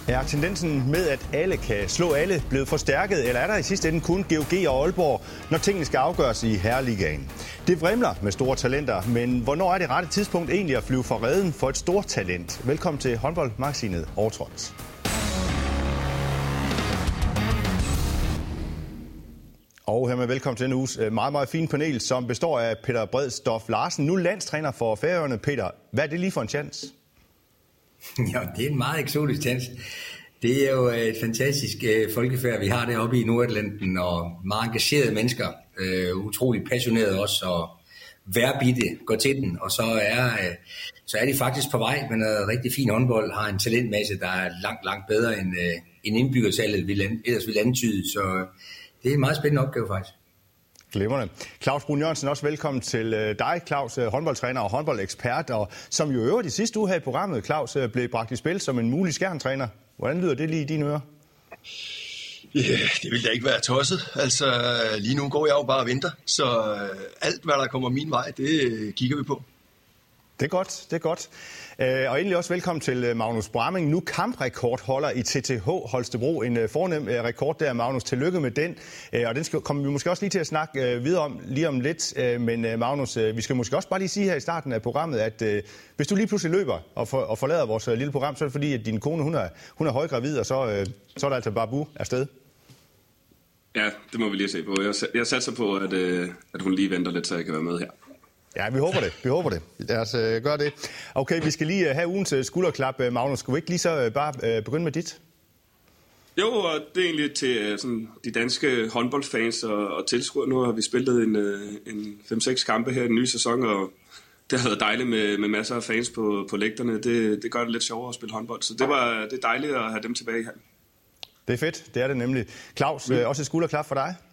Er tendensen med, at alle kan slå alle, blevet forstærket, eller er der i sidste ende kun GOG og Aalborg, når tingene skal afgøres i Herreligaen? Det vrimler med store talenter, men hvornår er det rette tidspunkt egentlig at flyve for reden for et stort talent? Velkommen til håndboldmagasinet Overtrådt. Og hermed velkommen til denne uges meget fine panel, som består af Peter Bredstof Larsen, nu landstræner for Færøerne. Peter, hvad er det lige for en chance? Ja, det er en meget eksotisk chance. Det er jo et fantastisk folkefærd, vi har deroppe i Nordatlanten, og meget engagerede mennesker, utrolig passionerede også, og værbitte går til den, og så er de faktisk på vej med noget rigtig fin håndbold, har en talentmasse, der er langt bedre end indbyggersalget ellers ville antyde, så det er en meget spændende opgave faktisk. Glimrende. Claus Brun Jørgensen, også velkommen til dig, Claus, håndboldtræner og håndboldekspert, og som jo øvrigt i sidste uge her i programmet, Claus, blev bragt i spil som en mulig skærntræner. Hvordan lyder det lige i dine ører? Ja, det vil da ikke være tosset. Altså, lige nu går jeg jo bare og venter, så alt, hvad der kommer min vej, det kigger vi på. Det er godt. Og endelig også velkommen til Magnus Bramming, nu kamprekordholder i TTH Holstebro. En fornem rekord der, Magnus. Tillykke med den. Og den kommer vi måske også lige til at snakke videre om lige om lidt. Men Magnus, vi skal måske også bare lige sige her i starten af programmet, at hvis du lige pludselig løber og forlader vores lille program, så er det fordi, at din kone hun er højgravid, og så er der altså bare bu afsted. Ja, det må vi lige se på. Jeg satser på, at hun lige venter lidt, så jeg kan være med her. Ja, vi håber det. Lad os gøre det. Okay, vi skal lige have ugens skulderklap. Magnus, skulle vi ikke lige så bare begynde med dit? Jo, og det er egentlig til sådan, de danske håndboldfans og tilskuere. Nu har vi spillet en 5-6 kampe her i den nye sæson, og det har været dejligt med masser af fans på lægterne. Det gør det lidt sjovere at spille håndbold, så det er dejligt at have dem tilbage her. Det er fedt, det er det nemlig. Claus, også et skulderklap for dig?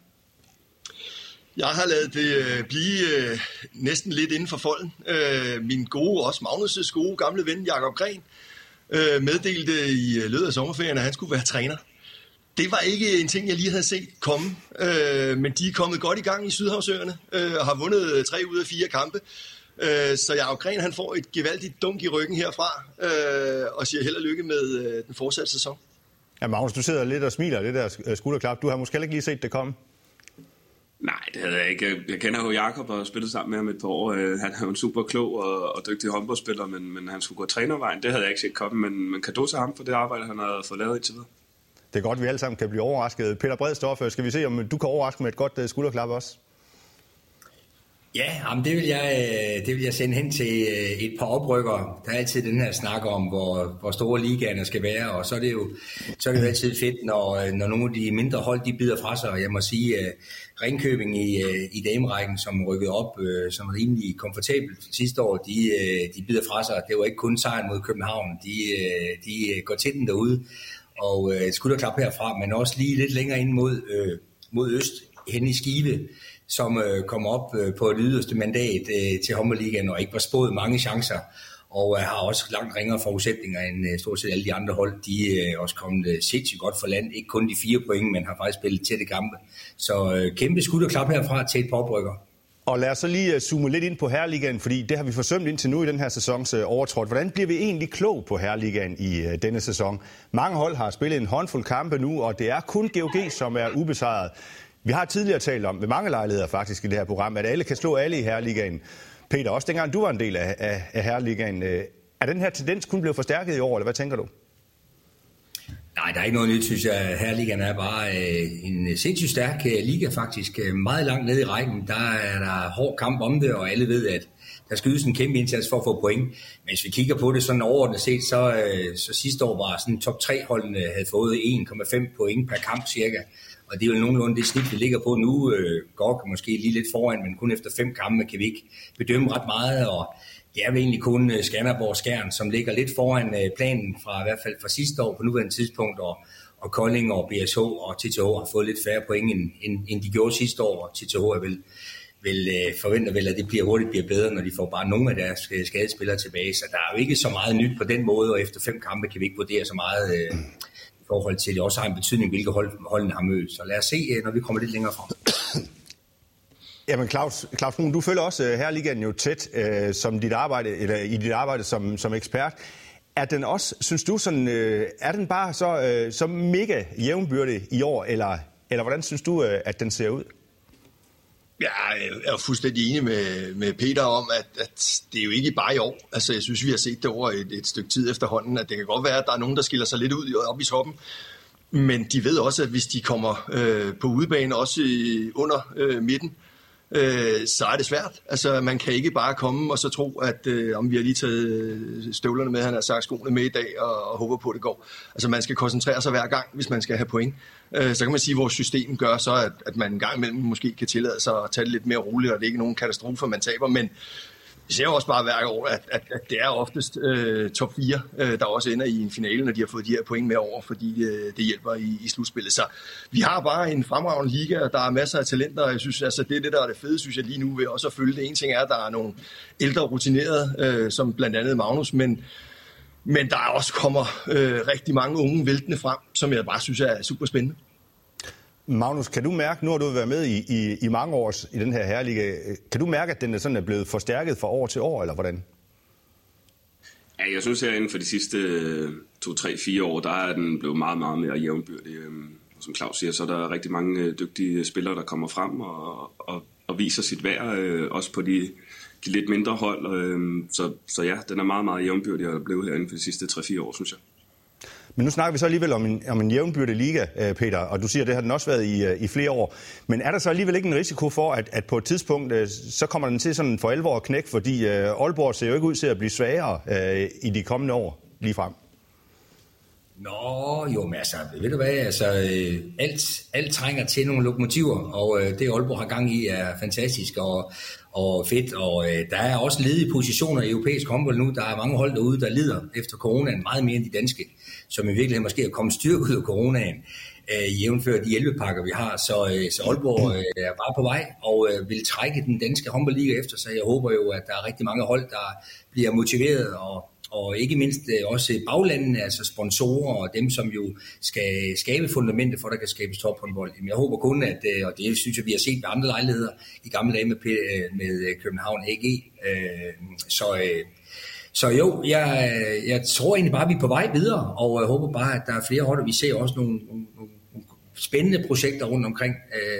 Jeg har ladet det blive næsten lidt inden for folden. Min gode, også Magnus' gode gamle ven, Jakob Gren, meddelte i løbet af sommerferien, at han skulle være træner. Det var ikke en ting, jeg lige havde set komme, men de er kommet godt i gang i Sydhavsøerne og har vundet 3 ud af 4 kampe. Så Jakob Gren, han får et gevaldigt dunk i ryggen herfra og siger held og lykke med den fortsatte sæson. Ja, Magnus, du sidder lidt og smiler det der skulderklap. Du har måske ikke lige set det komme. Nej, det havde jeg ikke. Jeg kender jo Jakob og har spillet sammen med ham et par år. Han er jo en super klog og dygtig håndboldspiller, men han skulle gå trænervejen. Det havde jeg ikke set komme, men cadeau til ham for det arbejde, han har fået lavet indtil videre. Det er godt, vi alle sammen kan blive overrasket. Peter Bredstof, skal vi se, om du kan overraske med et godt skulderklap også? Ja, jamen det vil jeg sende hen til et par oprykkere. Der er altid den her snak om, hvor store ligaerne skal være, og så er det jo altid fedt, når nogle af de mindre hold, de bider fra sig. Og jeg må sige, Ringkøbing i damerækken, som rykkede op, som var rimelig komfortabelt sidste år, de bider fra sig. Det var ikke kun sejren mod København, de går til den derude. Og skulderklap herfra, men også lige lidt længere ind mod øst, hen i Skive, som kom op på et yderste mandat til håndboldligaen og ikke var spået mange chancer, og har også langt ringere forudsætninger end stort set alle de andre hold. De er også kommet sindssygt godt for land, ikke kun de 4 point, men har faktisk spillet tætte kampe. Så kæmpe skud og klap herfra til et par oprykker. Og lad os så lige zoome lidt ind på Herreligaen, fordi det har vi forsømt indtil nu i den her sæsons overtrådt. Hvordan bliver vi egentlig klog på Herreligaen i denne sæson? Mange hold har spillet en håndfuld kampe nu, og det er kun GOG, som er ubesejret. Vi har tidligere talt om, ved mange lejligheder faktisk i det her program, at alle kan slå alle i Herreligaen. Peter, også dengang du var en del af Herreligaen. Er den her tendens kun blevet forstærket i år, eller hvad tænker du? Nej, der er ikke noget nyt, synes jeg. Herreligaen er bare en sindssygt stærk liga faktisk. Meget langt nede i rækken, der er der hård kamp om det, og alle ved, at der skal ydes en kæmpe indsats for at få point. Men hvis vi kigger på det sådan overordnet set, så sidste år var sådan top 3-holdene havde fået 1,5 point per kamp cirka. Og det er jo nogenlunde det snit, vi ligger på nu. Går måske lige lidt foran, men kun efter 5 kampe kan vi ikke bedømme ret meget. Og det er vel egentlig kun Skanderborg Skjern, som ligger lidt foran planen fra i hvert fald fra sidste år på nuværende tidspunkt. Og Kolding og BSH og TTH har fået lidt færre point, end de gjorde sidste år. Og TTH er vel forventer vel, at det hurtigt bliver bedre, når de får bare nogle af deres skadespillere tilbage. Så der er jo ikke så meget nyt på den måde, og efter 5 kampe kan vi ikke vurdere så meget i forhold til, at det også har en betydning, hvilke holdene har mødt. Så lad os se, når vi kommer lidt længere frem. Jamen Claus Brun, du følger også Herreligaen jo tæt som dit arbejde, eller i dit arbejde som ekspert. Er den også, synes du, sådan, er den bare så mega jævnbyrdig i år, eller hvordan synes du, at den ser ud? Jeg er fuldstændig enig med Peter om, at det er jo ikke bare i år. Altså, jeg synes, vi har set det over et stykke tid efterhånden, at det kan godt være, at der er nogen, der skiller sig lidt ud op i toppen. Men de ved også, at hvis de kommer på udebane, også under midten, så er det svært. Altså, man kan ikke bare komme og så tro, at om vi har lige taget støvlerne med, han har sagt skoene med i dag, og håber på, at det går. Altså, man skal koncentrere sig hver gang, hvis man skal have point. Så kan man sige, at vores system gør så, at man en gang imellem måske kan tillade sig at tage det lidt mere roligt, og det er ikke nogen katastrofe, man taber, men vi ser jo også bare hver år, at det er oftest top 4, der også ender i en finale, når de har fået de her point med over, fordi det hjælper i slutspillet. Så vi har bare en fremragende liga, og der er masser af talenter, og jeg synes, altså, det er det, der er det fede, synes jeg lige nu ved også at følge det. En ting er, at der er nogle ældre rutinerede, som blandt andet Magnus, men der er også kommer rigtig mange unge væltende frem, som jeg bare synes er super spændende. Magnus, kan du mærke, nu har du været med i mange år i den her herreliga, kan du mærke, at den er blevet forstærket fra år til år, eller hvordan? Ja, jeg synes, at inden for de sidste 2, 3, 4 år, der er den blevet meget, meget mere jævnbyrdig. Som Claus siger, så er der rigtig mange dygtige spillere, der kommer frem og viser sit værd, også på de lidt mindre hold. Så ja, den er meget, meget jævnbyrdig og blevet her inden for de sidste 3-4 år, synes jeg. Men nu snakker vi så alligevel om en jævnbyrdig liga, Peter, og du siger, at det har den også været i flere år. Men er der så alligevel ikke en risiko for, at på et tidspunkt, så kommer den til sådan for alvor at knække, fordi Aalborg ser jo ikke ud til at blive svagere i de kommende år lige frem? Nå, jo, men altså, ved du hvad, altså, alt trænger til nogle lokomotiver, og det Aalborg har gang i er fantastisk og fedt, og der er også ledige positioner i europæisk håndbold nu. Der er mange hold derude, der lider efter coronaen meget mere end de danske, som i virkeligheden måske er kommet styrket ud af coronaen, jævnført de hjælpepakker, vi har. Så Aalborg er bare på vej og vil trække den danske håndboldliga efter sig. Jeg håber jo, at der er rigtig mange hold, der bliver motiveret, og ikke mindst også baglandene, altså sponsorer og dem, som jo skal skabe fundamentet for, at der kan skabes tophåndbold. Jeg håber kun, at, og det synes jeg, vi har set ved andre lejligheder i gamle dage med København AG. Så jo, jeg tror egentlig bare, at vi er på vej videre, og jeg håber bare, at der er flere hold, og vi ser også nogle spændende projekter rundt omkring.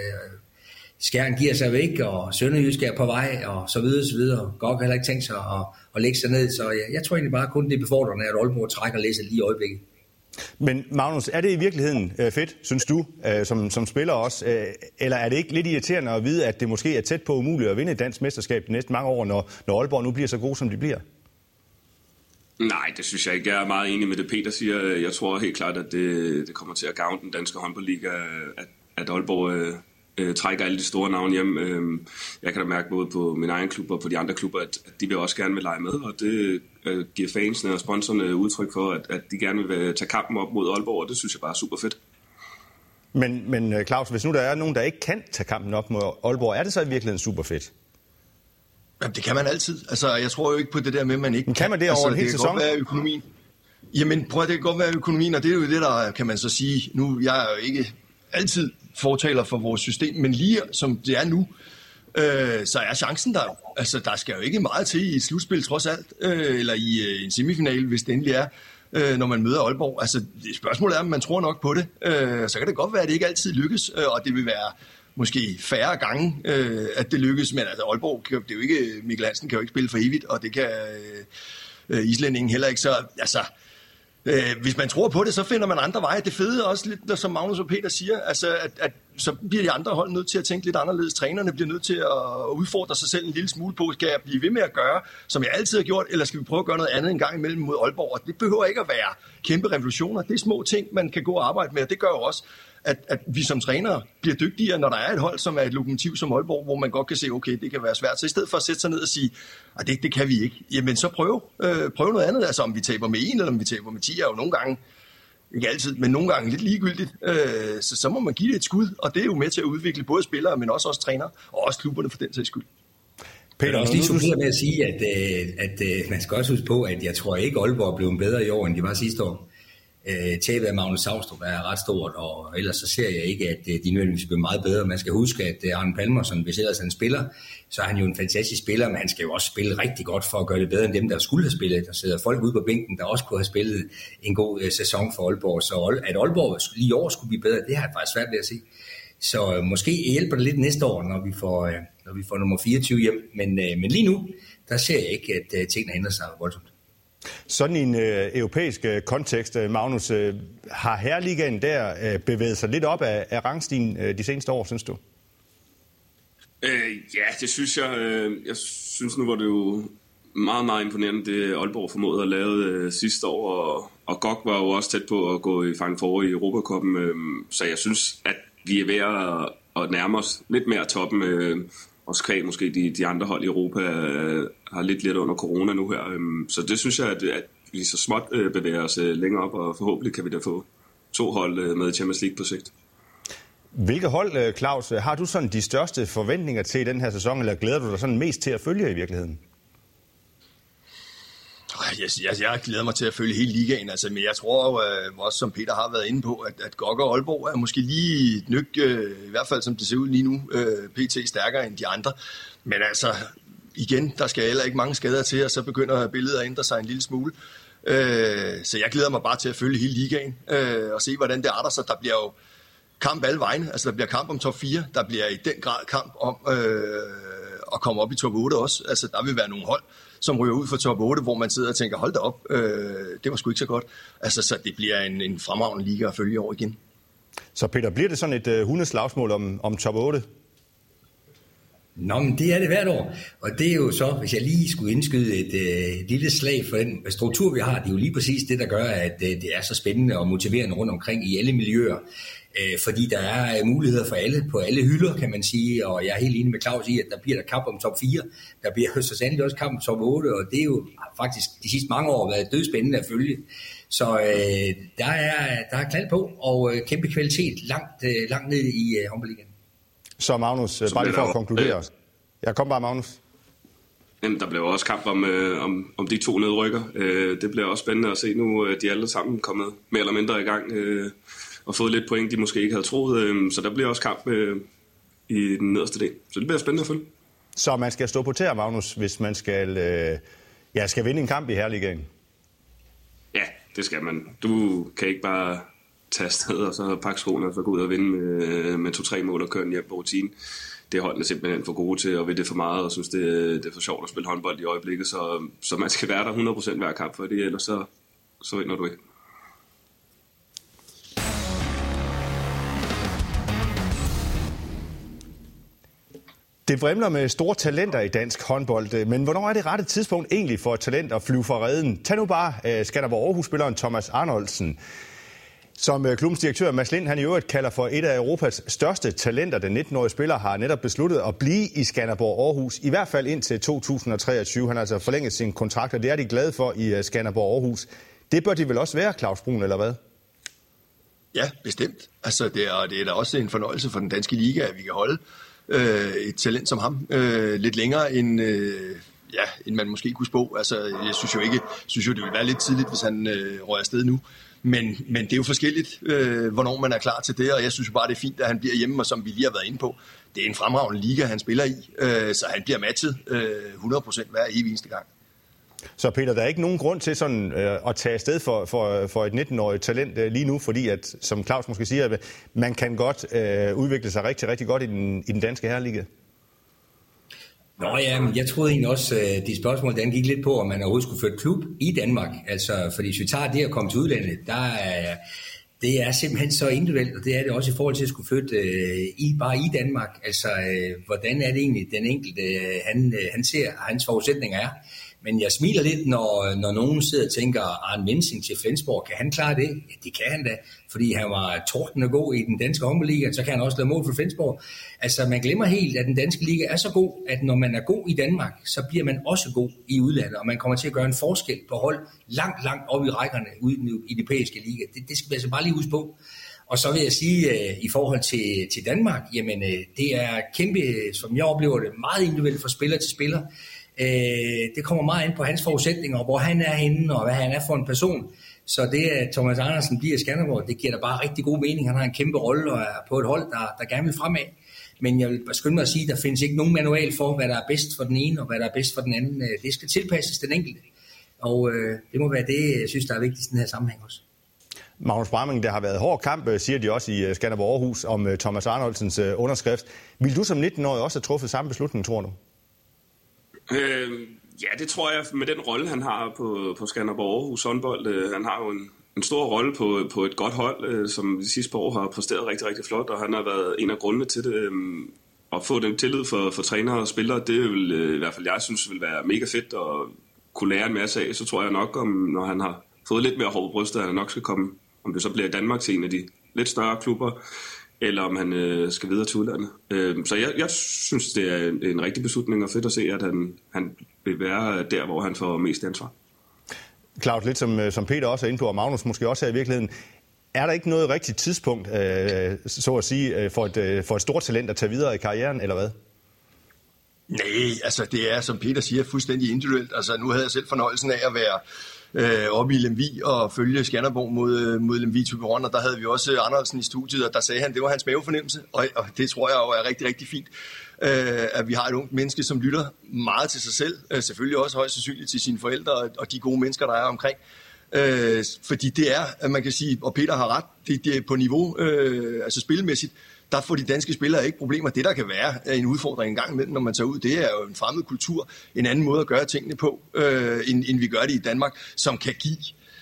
Skjern giver sig væk, og Sønderjysk er på vej, og så videre, så videre. Godt heller ikke tænkt sig at lægge sig ned, så jeg tror egentlig bare kun det er befordrende, at Aalborg trækker læser lige i øjeblikket. Men Magnus, er det i virkeligheden fedt, synes du, som spiller også, eller er det ikke lidt irriterende at vide, at det måske er tæt på umuligt at vinde et dansk mesterskab de næste mange år, når Aalborg nu bliver så god, som de bliver? Nej, det synes jeg ikke. Jeg er meget enig med det, Peter siger. Jeg tror helt klart, at det kommer til at gavne den danske håndboldliga, at Aalborg trækker alle de store navne hjem. Jeg kan da mærke både på min egen klub og på de andre klubber, at de vil også gerne vil lege med, og det giver fansene og sponsorerne udtryk for, at de gerne vil tage kampen op mod Aalborg, og det synes jeg bare er super fedt. Men Claus, hvis nu der er nogen, der ikke kan tage kampen op mod Aalborg, er det så i virkeligheden super fedt? Jamen, det kan man altid. Altså, jeg tror jo ikke på det der med, at man ikke kan man det over en hel sæson? Det kan godt være økonomien. Jamen, prøv at det kan godt være økonomien, og det er jo det, der kan man så sige. Nu, jeg er jo ikke altid fortaler for vores system, men lige som det er nu, så er chancen der. Altså, der skal jo ikke meget til i et slutspil trods alt, eller i en semifinal, hvis det endelig er, når man møder Aalborg. Altså, spørgsmålet er, om man tror nok på det. Så kan det godt være, at det ikke altid lykkes, og det vil være måske færre gange, at det lykkes, men altså Aalborg, det er jo ikke, Mikkel Hansen kan jo ikke spille for evigt, og det kan islændingen heller ikke, så altså, hvis man tror på det, så finder man andre veje. Det fede også lidt, som Magnus og Peter siger, altså at så bliver de andre hold nødt til at tænke lidt anderledes. Trænerne bliver nødt til at udfordre sig selv en lille smule på, skal jeg blive ved med at gøre, som jeg altid har gjort, eller skal vi prøve at gøre noget andet en gang imellem mod Aalborg? Og det behøver ikke at være kæmpe revolutioner. Det er små ting, man kan gå og arbejde med, og det gør jo også, at vi som trænere bliver dygtigere, når der er et hold, som er et lokomotiv som Aalborg, hvor man godt kan se, okay, det kan være svært. Så i stedet for at sætte sig ned og sige, det kan vi ikke, jamen så prøv noget andet. Altså om vi taber med 1, eller om vi taber med 10, er jo nogle gange, ikke altid, men nogle gange lidt ligegyldigt. Så må man give det et skud, og det er jo med til at udvikle både spillere, men også trænere, og også klubberne for den sags skyld. Peter, jeg vil også lige supplere med at sige, at man skal også huske på, at jeg tror ikke, Aalborg er blevet bedre i år, end de var sidste år. Tabet af Magnus Saustrup er ret stort, og ellers så ser jeg ikke, at de nødvendigvis bliver meget bedre. Man skal huske, at Arne Palmerson, hvis ellers han spiller, så er han jo en fantastisk spiller, men han skal jo også spille rigtig godt for at gøre det bedre end dem, der skulle have spillet. Der sidder folk ude på bænken, der også kunne have spillet en god sæson for Aalborg. Så at Aalborg lige i år skulle blive bedre, det har jeg faktisk svært ved at se. Så måske hjælper det lidt næste år, når vi får nummer 24 hjem. Men lige nu, der ser jeg ikke, at tingene ændrer sig voldsomt. Sådan i en europæisk kontekst, Magnus, har herreligaen der bevæget sig lidt op af rangstigen de seneste år, synes du? Ja, det synes jeg. Jeg synes nu var det jo meget, meget imponerende, det Aalborg formåede at lave sidste år, og GOG var jo også tæt på at gå i Final Four i Europacuppen, så jeg synes, at vi er ved at nærme os lidt mere toppen. Også kvæg måske de andre hold i Europa har lidt under corona nu her. Så det synes jeg, at vi så småt bevæger os længere op, og forhåbentlig kan vi da få 2 hold med i Champions League på sigt. Hvilke hold, Claus, har du sådan de største forventninger til i den her sæson, eller glæder du dig sådan mest til at følge i virkeligheden? Jeg glæder mig til at følge hele ligaen, altså, men jeg tror også, som Peter har været inde på, at GOG og Aalborg er måske lige et nyk, i hvert fald som det ser ud lige nu, pt. Stærkere end de andre. Men altså, igen, der skal heller ikke mange skader til, og så begynder billedet at ændre sig en lille smule. Så jeg glæder mig bare til at følge hele ligaen, og se, hvordan det arter sig. Der bliver jo kamp alle vegne, altså der bliver kamp om top 4, der bliver i den grad kamp om at komme op i top 8 også. Altså der vil være nogle hold, som ryger ud for top 8, hvor man sidder og tænker, hold da op, det var sgu ikke så godt. Altså, så det bliver en fremragende liga at følge over igen. Så Peter, bliver det sådan et hundeslagsmål om top 8? Nå, men det er det hvert år, og det er jo så, hvis jeg lige skulle indskyde et lille slag for den struktur, vi har, det er jo lige præcis det, der gør, at det er så spændende og motiverende rundt omkring i alle miljøer, fordi der er muligheder for alle, på alle hylder, kan man sige, og jeg er helt enig med Claus i, at der bliver der kamp om top 4, der bliver jo så sandelig også kamp om top 8, og det er jo faktisk de sidste mange år været dødspændende at følge, så der er knald på, og kæmpe kvalitet langt ned i håndboldligaen. Så Magnus, bare lige for at konkludere os. Jeg kom bare, Magnus. Jamen, der blev også kamp om de 2 nedrykker. Det bliver også spændende at se nu, de alle sammen kommet mere eller mindre i gang og fået lidt point, de måske ikke havde troet. Så der bliver også kamp i den nederste del. Så det bliver spændende at følge. Så man skal stå på tæer, Magnus, hvis man skal vinde en kamp i herreligaen? Ja, det skal man. Du kan ikke bare tage afsted og så pakke skoene og så gå ud og vinde med 2-3 mål og køre hjem på rutinen. Det er holdene simpelthen for gode til, og ved det for meget, og synes, det er for sjovt at spille håndbold i øjeblikket, så man skal være der 100% hver kamp, for det, ellers så vinder du ikke. Det vrimler med store talenter i dansk håndbold, men hvornår er det rette tidspunkt egentlig for et talent at flyve fra reden? Tag nu bare Skanderborg Aarhus-spilleren Thomas Arnoldsen, som klubbens direktør Mads Lind, han i øvrigt kalder for et af Europas største talenter. Den 19-årige spiller har netop besluttet at blive i Skanderborg Aarhus, i hvert fald indtil 2023. Han har altså forlænget sin kontrakt, og det er de glade for i Skanderborg Aarhus. Det bør de vel også være, Claus Brun, eller hvad? Ja, bestemt. Altså, det er da også en fornøjelse for den danske liga, at vi kan holde et talent som ham lidt længere end man måske kunne spå. Altså, jeg synes jo, det vil være lidt tidligt, hvis han rører afsted nu. Men det er jo forskelligt, hvornår man er klar til det, og jeg synes jo bare, det er fint, at han bliver hjemme, og som vi lige har været inde på, det er en fremragende liga, han spiller i, så han bliver matchet 100% hver evig eneste gang. Så Peter, der er ikke nogen grund til sådan at tage afsted for et 19-årigt talent lige nu, fordi at, som Claus måske siger, at man kan godt udvikle sig rigtig, rigtig godt i den danske herreliga. Nå ja, men jeg troede egentlig også, de spørgsmål, den gik lidt på, om man overhovedet skulle føre klub i Danmark. Altså, fordi hvis vi tager det at komme til udlandet, det er simpelthen så individuelt, og det er det også i forhold til at skulle flytte bare i Danmark. Altså, hvordan er det egentlig, den enkelte, han ser, hans forudsætninger er. Men jeg smiler lidt, når nogen sidder og tænker, Arne Mensing til Flensborg, kan han klare det? Ja, det kan han da, fordi han var tordende god i den danske håndboldliga, så kan han også lave mål for Flensborg. Altså, man glemmer helt, at den danske liga er så god, at når man er god i Danmark, så bliver man også god i udlandet, og man kommer til at gøre en forskel på hold langt op i rækkerne ude i det europæiske liga. Det skal vi altså bare lige huske på. Og så vil jeg sige, i forhold til Danmark, jamen, det er kæmpe, som jeg oplever det, meget individuelt fra spiller til spiller. Det kommer meget ind på hans forudsætninger, og hvor han er henne, og hvad han er for en person. Så det, at Thomas Andersen bliver i Skanderborg, det giver da bare rigtig god mening. Han har en kæmpe rolle og er på et hold, der gerne vil fremad. Men jeg vil skynde mig at sige, at der findes ikke nogen manual for, hvad der er bedst for den ene og hvad der er bedst for den anden. Det skal tilpasses den enkelte. Og det må være det, jeg synes, der er vigtigst i den her sammenhæng også. Magnus Bramming, der har været hård kamp, siger de også i Skanderborg Aarhus, om Thomas Arnoldsens underskrift. Vil du som 19-årig også have truffet samme beslutning, tror du? Ja, det tror jeg, med den rolle, han har på Skanderborg Aarhus håndbold. Han har jo en stor rolle på et godt hold, som de sidste par år har præsteret rigtig, rigtig flot, og han har været en af grundene til det. At få den tillid for trænere og spillere, det vil i hvert fald, jeg synes, vil være mega fedt at kunne lære en masse af. Så tror jeg nok, når han har fået lidt mere hår på brystet, at han nok skal komme, om det så bliver i Danmark til en af de lidt større klubber, eller om han skal videre til udlandet. Så jeg synes, det er en rigtig beslutning, og fedt at se, at han vil være der, hvor han får mest ansvar. Claus, lidt som Peter også er inde på, og Magnus måske også er i virkeligheden, er der ikke noget rigtigt tidspunkt, så at sige, for et stort talent at tage videre i karrieren, eller hvad? Nej, altså det er, som Peter siger, fuldstændig individuelt. Altså nu havde jeg selv fornøjelsen af at være oppe i Lemvig og følge Skanderborg mod Lemvig Thyborøn, og der havde vi også Andersen i studiet, og der sagde han, det var hans mavefornemmelse, og det tror jeg jo er rigtig, rigtig fint, at vi har et ungt menneske, som lytter meget til sig selv, selvfølgelig også højst sandsynligt til sine forældre og de gode mennesker, der er omkring. Fordi det er, man kan sige, og Peter har ret, det er på niveau, altså spilmæssigt, der får de danske spillere ikke problemer. Det, der kan være en udfordring en gang imellem, når man tager ud, det er jo en fremmed kultur, en anden måde at gøre tingene på, end vi gør det i Danmark, som kan give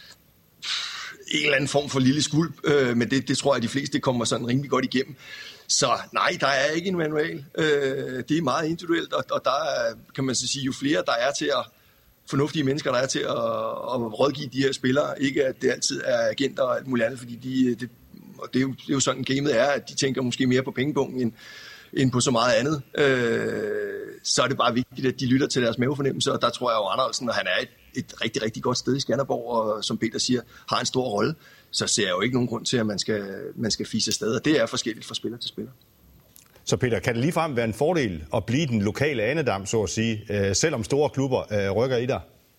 en eller anden form for lille skuld, men det tror jeg, de fleste kommer sådan rimelig godt igennem. Så nej, der er ikke en manual. Det er meget individuelt, og der er, kan man så sige, jo flere der er til at fornuftige mennesker, der er til at rådgive de her spillere, ikke at det altid er agenter og alt muligt andet, fordi det er jo sådan, gamet er, at de tænker måske mere på pengebunken end på så meget andet. Så er det bare vigtigt, at de lytter til deres mavefornemmelse, og der tror jeg jo, Arnoldsen, og han er et rigtig, rigtig godt sted i Skanderborg, og som Peter siger, har en stor rolle, så ser jeg jo ikke nogen grund til, at man skal fise afsted, og det er forskelligt fra spiller til spiller. Så Peter, kan det ligefrem være en fordel at blive den lokale anedam, så at sige, selvom store klubber rykker i dig?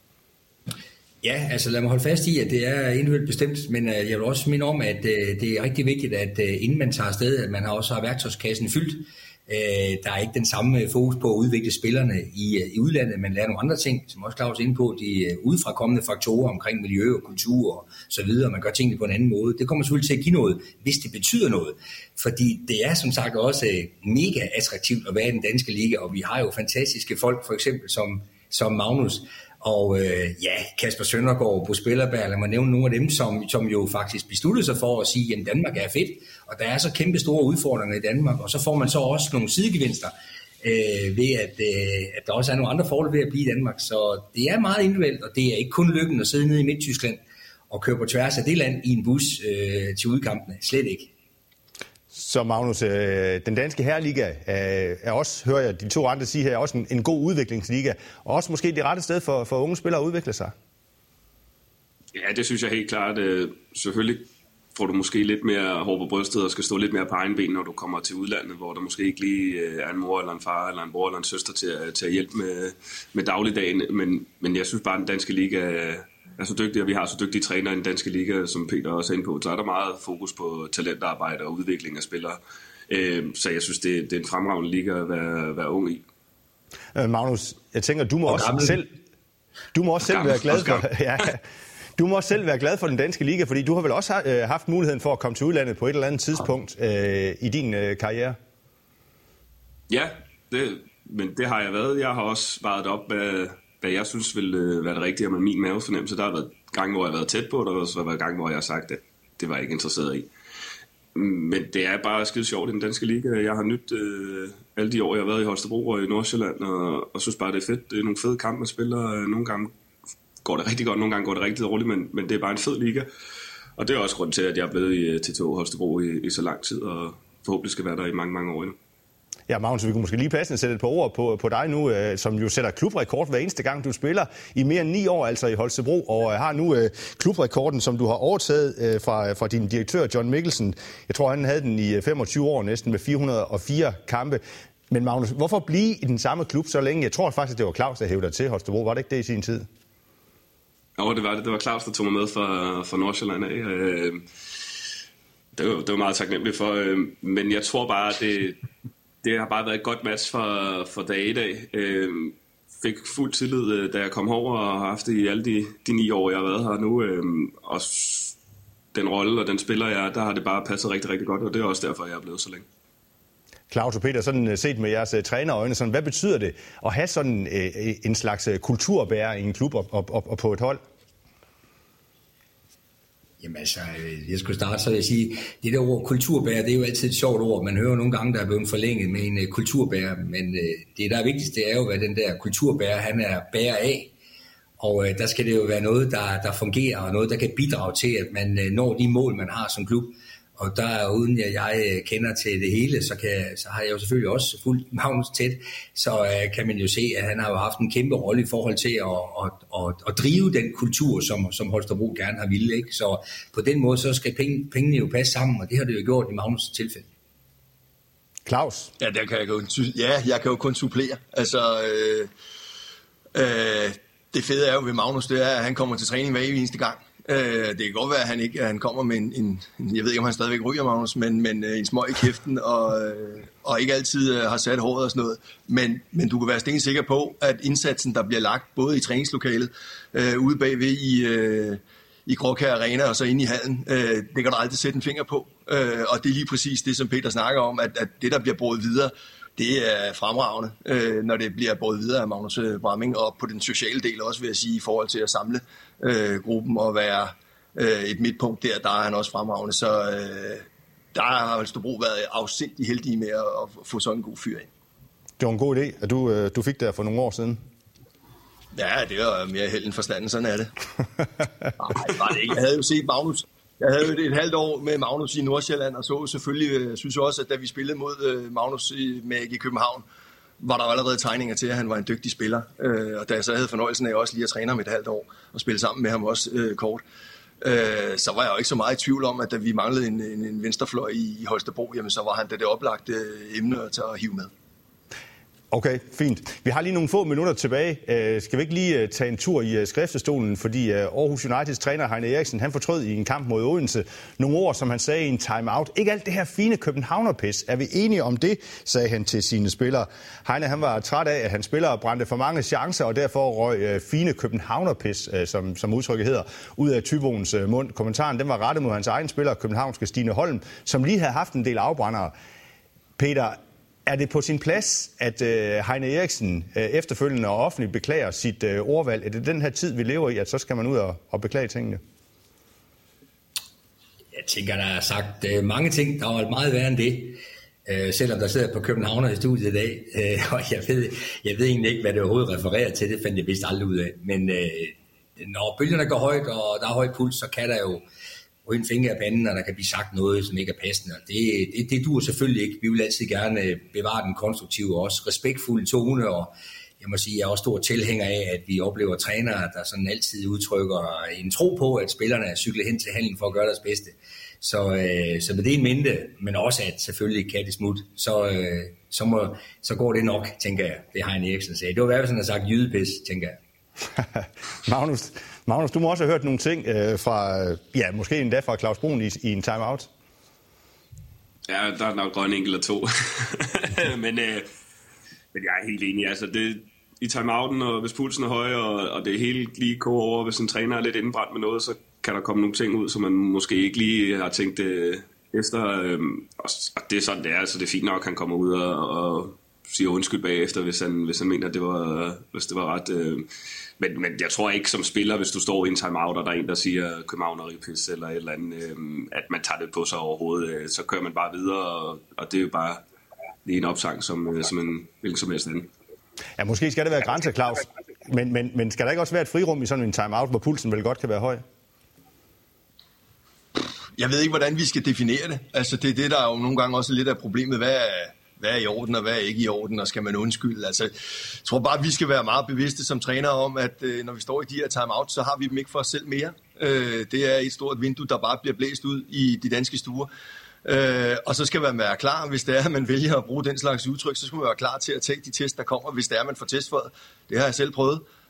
Ja, altså lad mig holde fast i, at det er individuelt bestemt, men jeg vil også minde om, at det er rigtig vigtigt, at inden man tager afsted, at man også har værktøjskassen fyldt. Der er ikke den samme fokus på at udvikle spillerne i udlandet, man lærer nogle andre ting, som også Claus er inde på, de udefrakommende faktorer omkring miljø og kultur og så videre, man gør tingene på en anden måde. Det kommer selvfølgelig til at give noget, hvis det betyder noget, fordi det er som sagt også mega attraktivt at være i den danske liga, og vi har jo fantastiske folk, for eksempel som Magnus, og Kasper Søndergaard, Bo Spillerberg, lad mig nævne nogle af dem, som jo faktisk besluttede sig for at sige, at Danmark er fedt, og der er så kæmpe store udfordringer i Danmark, og så får man så også nogle sidegevinster ved, at der også er nogle andre fordele ved at blive i Danmark. Så det er meget individuelt, og det er ikke kun lykken at sidde nede i Midttyskland og køre på tværs af det land i en bus til udkampene. Slet ikke. Så Magnus, den danske herreliga er også, hører jeg de to andre sige her, også en god udviklingsliga, og også måske det rette sted for unge spillere at udvikle sig. Ja, det synes jeg helt klart. Selvfølgelig får du måske lidt mere hår på brystet og skal stå lidt mere på egen ben, når du kommer til udlandet, hvor der måske ikke lige er en mor eller en far eller en bror eller en søster til at hjælpe med dagligdagen. Men jeg synes bare, at den danske liga er så dygtig, og vi har så dygtige trænere i den danske liga, som Peter også er inde på. Så er der meget fokus på talentarbejde og udvikling af spillere. Så jeg synes, det er en fremragende liga at være ung i. Magnus, jeg tænker, du må også selv være glad for... Ja, du må også selv være glad for den danske liga, fordi du har vel også haft muligheden for at komme til udlandet på et eller andet tidspunkt i din karriere? Ja, men det har jeg været. Jeg har også varet op, hvad jeg synes ville være det rigtige med min mavefornemmelse. Der har været gange, hvor jeg har været tæt på, og der har også været gange, hvor jeg har sagt, at det var jeg ikke interesseret i. Men det er bare skide sjovt i den danske liga. Jeg har nydt alle de år, jeg har været i Holstebro og i Nordsjælland, og synes bare, det er fedt. Det er nogle fede kampe, man spiller. Nogle gange går det rigtig godt, nogle gange går det rigtig dårligt, men det er bare en fed liga. Og det er også grund til, at jeg er blevet i TTH Holstebro i så lang tid, og forhåbentlig skal være der i mange, mange år endnu. Ja, Magnus, vi kunne måske lige passende sætte et par ord på dig nu, som jo sætter klubrekord hver eneste gang, du spiller i mere end 9 år, altså i Holstebro, og har nu klubrekorden, som du har overtaget fra din direktør, John Mikkelsen. Jeg tror, han havde den i 25 år næsten med 404 kampe. Men Magnus, hvorfor blive i den samme klub så længe? Jeg tror faktisk, det var Claus, der hævde dig til Holstebro. Var det ikke det i sin tid? Jo, det var det. Det var Claus, der tog mig med fra Nordsjælland af. Det var meget taknemmeligt for. Men jeg tror bare, at det har bare været et godt match for dag i dag. Fik fuld tillid, da jeg kom over, og har haft det i alle de 9 år, jeg har været her nu. Og den rolle og den spiller jeg er, der har det bare passet rigtig, rigtig godt, og det er også derfor, jeg er blevet så længe. Claus og Peter, sådan set med jeres trænerøjne, sådan, hvad betyder det at have sådan en slags kulturbærer i en klub og på et hold? Jamen altså, jeg skulle starte, så vil jeg sige, det der ord kulturbærer, det er jo altid et sjovt ord. Man hører nogle gange, der er blevet forlænget med en kulturbærer, men det der er vigtigst, det er jo, hvad den der kulturbærer, han er bærer af. Og der skal det jo være noget, der fungerer, og noget, der kan bidrage til, at man når de mål, man har som klub. Og der, uden jeg kender til det hele, så har jeg jo selvfølgelig også fulgt Magnus tæt, så kan man jo se, at han har jo haft en kæmpe rolle i forhold til at drive den kultur, som Holstebro gerne har ville. Ikke? Så på den måde, så skal pengene jo passe sammen, og det har det jo gjort i Magnus' tilfælde. Claus? Ja, jeg kan jo kun supplere. Altså, det fede er jo ved Magnus, det er, at han kommer til træning hver eneste gang. Det kan godt være, at han kommer med en jeg ved ikke, om han stadigvæk ryger, Magnus, men en smøg i kæften, og ikke altid har sat håret og sådan noget. Men du kan være stensikker på, at indsatsen, der bliver lagt, både i træningslokalet, ude bagved i Gråkær Arena og så inde i hallen, det kan du aldrig sætte en finger på. Og det er lige præcis det, som Peter snakker om, at det, der bliver båret videre, det er fremragende, når det bliver båret videre af Magnus Bramming, og på den sociale del også, vil jeg sige, i forhold til at samle gruppen og være et midtpunkt der er han også fremragende. Så der har Holstebro været afsindig heldige med at få sådan en god fyr ind. Det var en god idé, at du fik det for nogle år siden. Ja, det var mere held end forstanden, sådan er det. Nej, var det ikke. Jeg havde jo set Magnus. Jeg havde jo et halvt år med Magnus i Nordsjælland, og så selvfølgelig, jeg synes også, at da vi spillede mod Magnus med AG København, var der allerede tegninger til, at han var en dygtig spiller. Og da jeg så havde fornøjelsen af også lige at træne ham et halvt år, og spille sammen med ham også kort, så var jeg jo ikke så meget i tvivl om, at da vi manglede en venstrefløj i Holstebro, jamen så var han det oplagte emne at hive med. Okay, fint. Vi har lige nogle få minutter tilbage. Skal vi ikke lige tage en tur i skriftestolen, fordi Aarhus Uniteds træner Heine Eriksen, han fortrød i en kamp mod Odense nogle ord, som han sagde i en timeout. Ikke alt det her fine københavnerpis. Er vi enige om det, sagde han til sine spillere. Heine, han var træt af, at hans spillere brændte for mange chancer, og derfor røg fine københavnerpis, som udtrykket hedder, ud af Tyboens mund. Kommentaren, den var rettet mod hans egen spiller, københavnske Stine Holm, som lige havde haft en del afbrændere. Peter, er det på sin plads, at Heine Eriksen efterfølgende og offentligt beklager sit ordvalg? Er det den her tid, vi lever i, at så skal man ud og beklage tingene? Jeg tænker, der er sagt mange ting, der var meget værre end det. Selvom der sidder på Københavner i studiet i dag. Og jeg ved egentlig ikke, hvad det overhovedet refererer til. Det fandt jeg vist aldrig ud af. Men når bølgerne går højt, og der er høj puls, så kan der jo ryge en finger af panden, og der kan blive sagt noget, som ikke er passende. Det duer selvfølgelig ikke. Vi vil altid gerne bevare den konstruktive og også respektfulde tone, og jeg må sige, jeg er også stor tilhænger af, at vi oplever trænere, der sådan altid udtrykker en tro på, at spillerne er cyklet hen til hallen for at gøre deres bedste. Så med det en mente, men også at selvfølgelig kan det smut, så går det nok, tænker jeg. Det har Heine Eriksen sagde. Det var i hvert fald sådan, at sagt jydepis, tænker jeg. Magnus, du må også have hørt nogle ting fra, måske endda fra Claus Brun i en timeout. Ja, der er nok en enkelt eller to. men jeg er helt enig. Altså, i timeouten, og hvis pulsen er høj, og det hele lige går over, hvis en træner er lidt indbrændt med noget, så kan der komme nogle ting ud, som man måske ikke lige har tænkt efter. Og det er sådan, det er. Altså, det er fint nok, at han kommer ud og siger undskyld bagefter, hvis han mener, at hvis det var ret. Men jeg tror ikke som spiller, hvis du står i en timeout, og der er en, der siger københavneripis eller et eller andet, at man tager det på sig overhovedet. Så kører man bare videre, og det er jo bare lige en opsang som en hvilken som helst anden. Ja, måske skal det være grænser, Claus. Men skal der ikke også være et frirum i sådan en timeout, hvor pulsen vel godt kan være høj? Jeg ved ikke, hvordan vi skal definere det. Altså, det er det, der er jo nogle gange også lidt af problemet. Hvad er i orden, og hvad er ikke i orden, og skal man undskylde? Altså, jeg tror bare, at vi skal være meget bevidste som trænere om, at når vi står i de her timeout, så har vi dem ikke for os selv mere. Det er et stort vindue, der bare bliver blæst ud i de danske stuer. Og så skal man være klar, hvis det er, at man vælger at bruge den slags udtryk, så skal man være klar til at tage de test, der kommer, hvis det er, man får test for det. Det har jeg selv prøvet.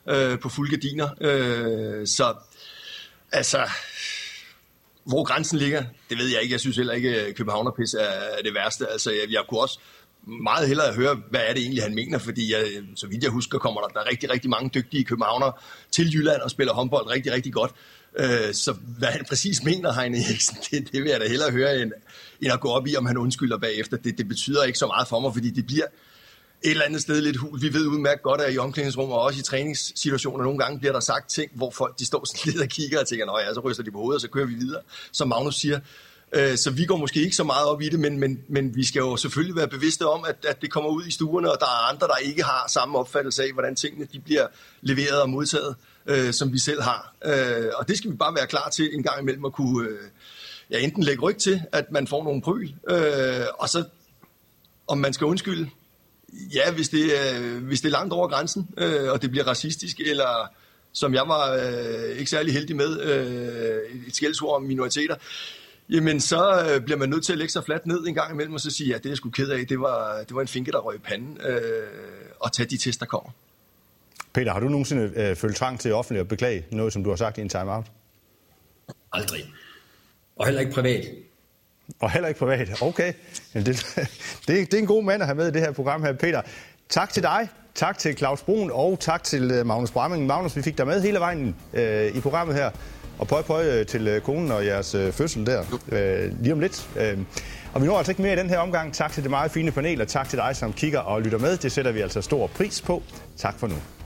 på fulde gardiner. Så altså, hvor grænsen ligger, det ved jeg ikke. Jeg synes heller ikke, københavnerpis er det værste. Altså, jeg kunne også meget hellere høre, hvad er det egentlig, han mener, fordi så vidt jeg husker, kommer der rigtig, rigtig mange dygtige københavnere til Jylland og spiller håndbold rigtig, rigtig godt. Så hvad han præcis mener, Heine Eriksen, det vil jeg da hellere høre, end at gå op i, om han undskylder bagefter. Det betyder ikke så meget for mig, fordi det bliver et eller andet sted lidt hul. Vi ved udmærket godt, at i omklædningsrummet og også i træningssituationer nogle gange bliver der sagt ting, hvor folk de står sådan lidt og kigger og tænker, nå ja, så ryster de på hovedet, og så kører vi videre, som Magnus siger. Så vi går måske ikke så meget op i det, men vi skal jo selvfølgelig være bevidste om, at det kommer ud i stuerne, og der er andre, der ikke har samme opfattelse af, hvordan tingene de bliver leveret og modtaget, som vi selv har. Og det skal vi bare være klar til en gang imellem at kunne enten lægge ryg til, at man får nogle pryl, og så om man skal undskylde. Ja, hvis det er langt over grænsen, og det bliver racistisk, eller som jeg var ikke særlig heldig med, et skældsord om minoriteter, jamen så bliver man nødt til at lægge sig fladt ned en gang imellem, og så sige, ja, det er jeg sgu ked af, det var en finke, der røg i panden, og tage de test, der kommer. Peter, har du nogensinde følt trang til offentligt at beklage noget, som du har sagt i en timeout? Aldrig. Og heller ikke privat. Og heller ikke privat. Okay. Det er en god mand at have med i det her program her, Peter. Tak til dig. Tak til Claus Brun, og tak til Magnus Bramming. Magnus, vi fik dig med hele vejen i programmet her. Og pøj til konen og jeres fødsel der lige om lidt. Og vi når altså ikke mere i den her omgang. Tak til det meget fine panel, og tak til dig, som kigger og lytter med. Det sætter vi altså stor pris på. Tak for nu.